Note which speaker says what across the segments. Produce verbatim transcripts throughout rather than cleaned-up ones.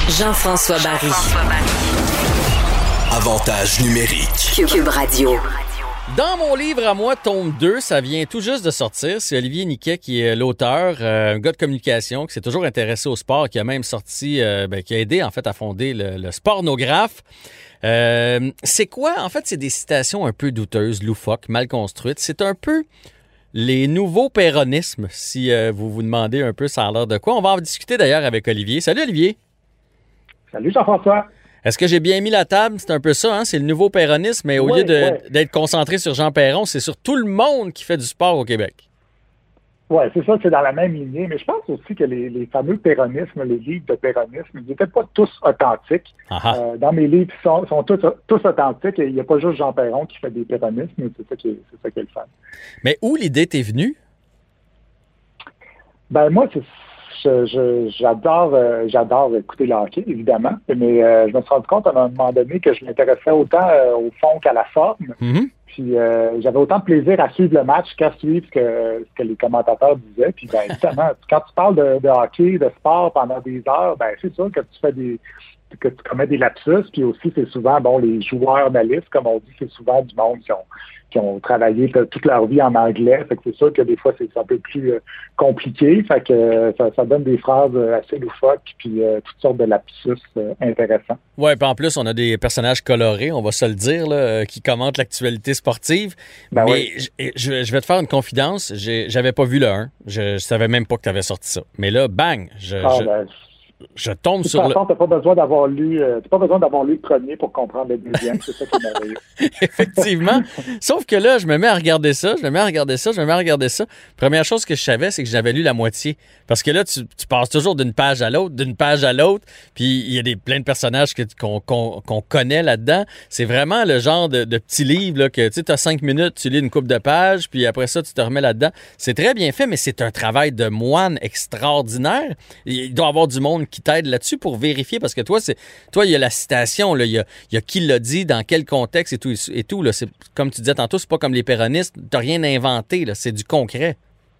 Speaker 1: Jean-François Barry.
Speaker 2: Avantage numérique.
Speaker 1: Cube Radio.
Speaker 3: Dans mon livre à moi, tome deux, ça vient tout juste de sortir. C'est Olivier Niquet qui est l'auteur, euh, un gars de communication qui s'est toujours intéressé au sport, qui a même sorti, euh, ben, qui a aidé en fait à fonder le, le Sportnographe. Euh, c'est quoi? En fait, c'est des citations un peu douteuses, loufoques, mal construites. C'est un peu les nouveaux péronismes, si euh, vous vous demandez un peu ça a l'air de quoi. On va en discuter d'ailleurs avec Olivier. Salut Olivier!
Speaker 4: Salut Jean-François!
Speaker 3: Est-ce que j'ai bien mis la table? C'est un peu ça, hein? C'est le nouveau péronisme, mais au
Speaker 4: oui,
Speaker 3: lieu de,
Speaker 4: oui.
Speaker 3: d'être concentré sur Jean Perron, c'est sur tout le monde qui fait du sport au Québec.
Speaker 4: Oui, c'est ça, c'est dans la même lignée. Mais je pense aussi que les, les fameux péronismes, les livres de péronisme, ils n'étaient pas tous authentiques. Euh, dans mes livres, ils sont, sont tous, tous authentiques et il n'y a pas juste Jean Perron qui fait des péronismes, mais c'est ça qui est, c'est ça qui est le fun.
Speaker 3: Mais où l'idée t'est venue?
Speaker 4: Ben moi, c'est Je, je, j'adore, euh, j'adore écouter le hockey, évidemment, mais euh, je me suis rendu compte à un moment donné que je m'intéressais autant euh, au fond qu'à la forme.
Speaker 3: Mm-hmm.
Speaker 4: Puis euh, j'avais autant de plaisir à suivre le match qu'à suivre ce que, ce que les commentateurs disaient. Puis ben, évidemment, quand tu parles de, de hockey, de sport pendant des heures, ben c'est sûr que tu fais des que tu commets des lapsus. Puis aussi, c'est souvent, bon, les joueurs analystes, comme on dit, c'est souvent du monde qui ont qui ont travaillé toute leur vie en anglais. Fait que c'est sûr que des fois, c'est un peu plus euh, compliqué. Fait que euh, ça, ça donne des phrases assez loufoques puis euh, toutes sortes de lapsus euh, intéressants.
Speaker 3: Oui, puis en plus, on a des personnages colorés, on va se le dire, là, qui commentent l'actualité sportive.
Speaker 4: Ben
Speaker 3: Mais
Speaker 4: oui.
Speaker 3: je, je, je vais te faire une confidence. J'ai, j'avais pas vu le un. Je, je savais même pas que tu avais sorti ça. Mais là, bang! Je,
Speaker 4: Ah,
Speaker 3: je,
Speaker 4: ben,
Speaker 3: je tombe
Speaker 4: de toute
Speaker 3: sur
Speaker 4: façon,
Speaker 3: le...
Speaker 4: t'as pas besoin d'avoir lu, euh, t'as pas besoin d'avoir lu le premier pour comprendre le deuxième. C'est ça qui est merveilleux.
Speaker 3: Effectivement. Sauf que là, je me mets à regarder ça, je me mets à regarder ça, je me mets à regarder ça. Première chose que je savais, c'est que j'avais lu la moitié. Parce que là, tu, tu passes toujours d'une page à l'autre, d'une page à l'autre, puis il y a des, plein de personnages que, qu'on, qu'on, qu'on connaît là-dedans. C'est vraiment le genre de, de petit livre là, que tu as cinq minutes, tu lis une couple de pages, puis après ça, tu te remets là-dedans. C'est très bien fait, mais c'est un travail de moine extraordinaire. Il doit y avoir du monde qui t'aide là-dessus pour vérifier, parce que toi, c'est toi, il y a la citation, là, il y a, il y a qui l'a dit, dans quel contexte et tout. Et tout là. C'est, comme tu disais tantôt, c'est pas comme les péronistes, t'as rien inventé, là, c'est du concret.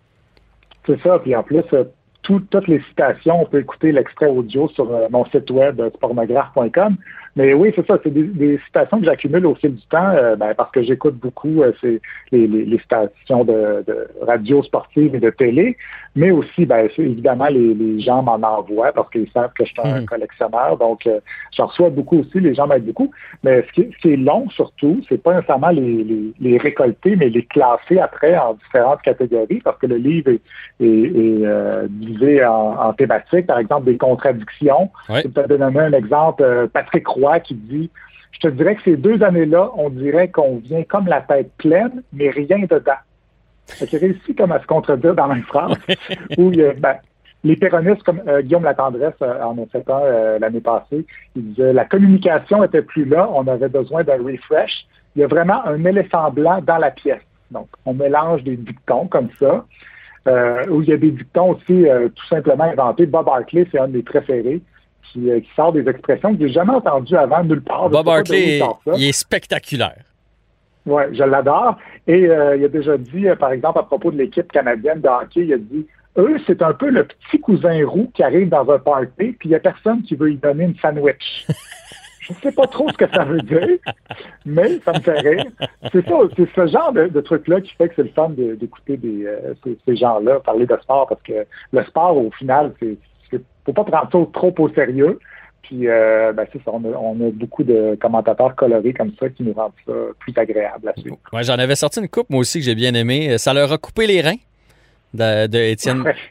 Speaker 4: C'est ça, puis en plus, euh, tout, toutes les citations, on peut écouter l'extrait audio sur euh, mon site web, euh, sportnographe point com. Mais oui, c'est ça, c'est des, des citations que j'accumule au fil du temps, euh, ben, parce que j'écoute beaucoup euh, c'est les, les, les stations de, de radio sportive et de télé, mais aussi, ben, évidemment, les, les gens m'en envoient parce qu'ils savent que je suis un mmh. collectionneur, donc euh, j'en reçois beaucoup aussi, les gens m'aident beaucoup. Mais ce qui, ce qui est long, surtout, c'est pas nécessairement les, les, les récolter, mais les classer après en différentes catégories, parce que le livre est, est, est euh, divisé en, en thématiques, par exemple, des contradictions.
Speaker 3: Ouais.
Speaker 4: Je vais te donner un exemple, euh, Patrick Roy qui dit « Je te dirais que ces deux années-là, on dirait qu'on vient comme la tête pleine, mais rien dedans. » J'ai réussi comme à se contredire dans la même phrase. Où il, ben, les péronistes, comme euh, Guillaume Latendresse euh, en a fait un euh, l'année passée, il disait « La communication était plus là, on avait besoin d'un refresh. Il y a vraiment un éléphant blanc dans la pièce. » Donc, on mélange des dictons comme ça. Euh, où il y a des dictons aussi euh, tout simplement inventés. Bob Hartley, c'est un de mes préférés. Qui, euh, qui sort des expressions que j'ai jamais entendues avant nulle part.
Speaker 3: Bob Hartley, il est spectaculaire.
Speaker 4: Oui, je l'adore. Et euh, il a déjà dit, euh, par exemple, à propos de l'équipe canadienne de hockey, il a dit « Eux, c'est un peu le petit cousin roux qui arrive dans un party, puis il n'y a personne qui veut lui donner une sandwich. » Je ne sais pas trop ce que ça veut dire, mais ça me fait rire. C'est ça, c'est ce genre de, de truc-là qui fait que c'est le fun de, d'écouter des, euh, ces, ces gens-là parler de sport, parce que le sport, au final, c'est faut pas prendre ça trop au sérieux. Puis, euh, ben, c'est ça, on a, on a beaucoup de commentateurs colorés comme ça qui nous rendent ça plus agréable à suivre.
Speaker 3: Ouais, j'en avais sorti une coupe, moi aussi, que j'ai bien aimé. Ça leur a coupé les reins de, de Étienne,
Speaker 4: ouais.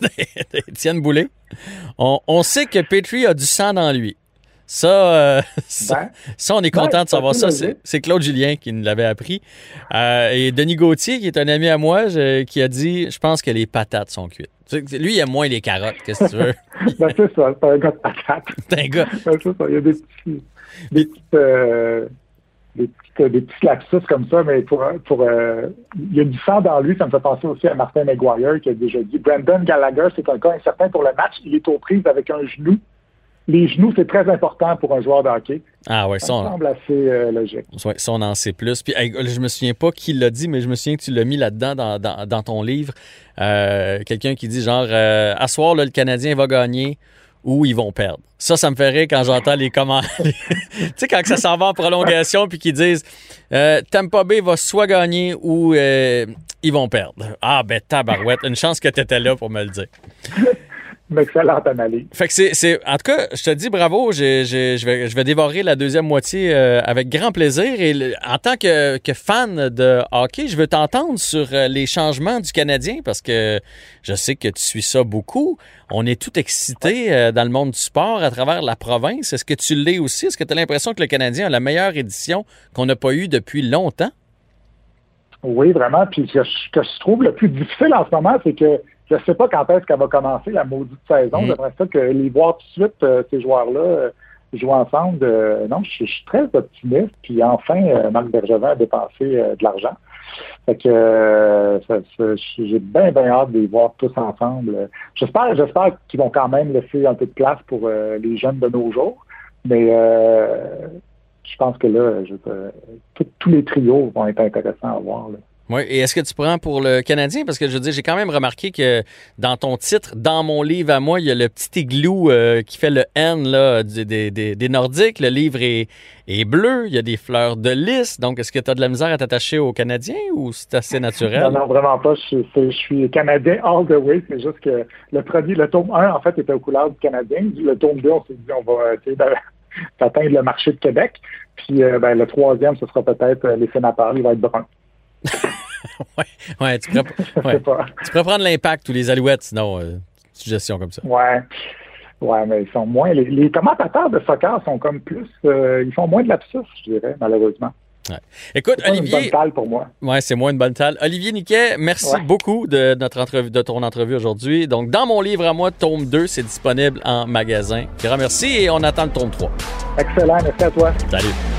Speaker 3: de Étienne Boulay. On, on sait que Petrie a du sang dans lui. Ça, euh, ça,
Speaker 4: ben,
Speaker 3: ça, on est content
Speaker 4: ben,
Speaker 3: de savoir ça. C'est, c'est Claude Julien qui nous l'avait appris. Euh, et Denis Gauthier, qui est un ami à moi, je, qui a dit « Je pense que les patates sont cuites. » Lui, il aime moins les carottes, qu'est-ce que tu veux?
Speaker 4: ben, c'est ça, c'est un gars de patates.
Speaker 3: C'est un gars.
Speaker 4: Ben, c'est ça, il y a des petits... Des petites, euh, des petites, des petits lapsus comme ça, mais pour, pour euh, il y a du sang dans lui, ça me fait penser aussi à Martin McGuire qui a déjà dit « Brendan Gallagher, c'est un cas incertain pour le match, il est aux prises avec un genou. » Les genoux, c'est très important pour un joueur de hockey.
Speaker 3: Ah ouais,
Speaker 4: ça,
Speaker 3: ça
Speaker 4: me
Speaker 3: on...
Speaker 4: semble assez euh, logique.
Speaker 3: Ouais, ça, on en sait plus. Puis, hey, je me souviens pas qui l'a dit, mais je me souviens que tu l'as mis là-dedans dans, dans, dans ton livre. Euh, quelqu'un qui dit genre, euh, à soir, là, le Canadien va gagner ou ils vont perdre. Ça, ça me fait rire quand j'entends les commentaires. Tu sais, quand ça s'en va en prolongation puis qu'ils disent euh, Tampa Bay va soit gagner ou euh, ils vont perdre. Ah, ben tabarouette, une chance que tu étais là pour me le dire.
Speaker 4: Une excellente analyse.
Speaker 3: Fait que c'est, c'est, en tout cas, je te dis bravo. J'ai, j'ai, je, vais, je vais dévorer la deuxième moitié euh, avec grand plaisir. Et le, en tant que, que fan de hockey, je veux t'entendre sur euh, les changements du Canadien parce que je sais que tu suis ça beaucoup. On est tout excités euh, dans le monde du sport à travers la province. Est-ce que tu l'es aussi? Est-ce que tu as l'impression que le Canadien a la meilleure édition qu'on n'a pas eue depuis longtemps?
Speaker 4: Oui, vraiment. Puis ce que je trouve le plus difficile en ce moment, c'est que je ne sais pas quand est-ce qu'elle va commencer, la maudite saison. Mmh. J'aimerais ça que les voir tout de suite, euh, ces joueurs-là, euh, jouer ensemble. Euh, non, je, je suis très optimiste. Puis enfin, euh, Marc Bergevin a dépensé euh, de l'argent. Fait que euh, ça, ça, j'ai bien, bien hâte de les voir tous ensemble. J'espère, j'espère qu'ils vont quand même laisser un peu de place pour euh, les jeunes de nos jours. Mais euh, je pense que là, je, euh, tout, tous les trios vont être intéressants à voir, là.
Speaker 3: Oui, et est-ce que tu prends pour le Canadien? Parce que je veux dire, j'ai quand même remarqué que dans ton titre, dans mon livre à moi, il y a le petit igloo euh, qui fait le N là, des, des, des, des Nordiques. Le livre est, est bleu, il y a des fleurs de lys. Donc, est-ce que tu as de la misère à t'attacher aux Canadiens ou c'est assez naturel?
Speaker 4: Non, non, vraiment pas. Je, je, je suis Canadien all the way. C'est juste que le premier, le tome un, en fait, était aux couleurs du Canadien. Le tome deux, on s'est dit, on va essayer d'atteindre le marché de Québec. Puis euh, ben, le troisième, ce sera peut-être les sénateurs. Il va être brun.
Speaker 3: ouais, ouais, tu pourrais, ouais. tu pourrais prendre l'Impact ou les Alouettes, sinon, euh, suggestion comme ça.
Speaker 4: Ouais, ouais, mais ils sont moins. Les, les commentateurs de soccer sont comme plus. Euh, ils font moins de lapsus, je dirais, malheureusement.
Speaker 3: Ouais. Écoute,
Speaker 4: c'est
Speaker 3: Olivier.
Speaker 4: C'est une bonne talle pour moi.
Speaker 3: Ouais, c'est moins une bonne talle. Olivier Niquet, merci ouais. beaucoup de notre entrevue, de ton entrevue aujourd'hui. Donc, dans mon livre à moi, tome deux, c'est disponible en magasin. Grand merci et on attend le tome trois.
Speaker 4: Excellent, merci à toi.
Speaker 3: Salut.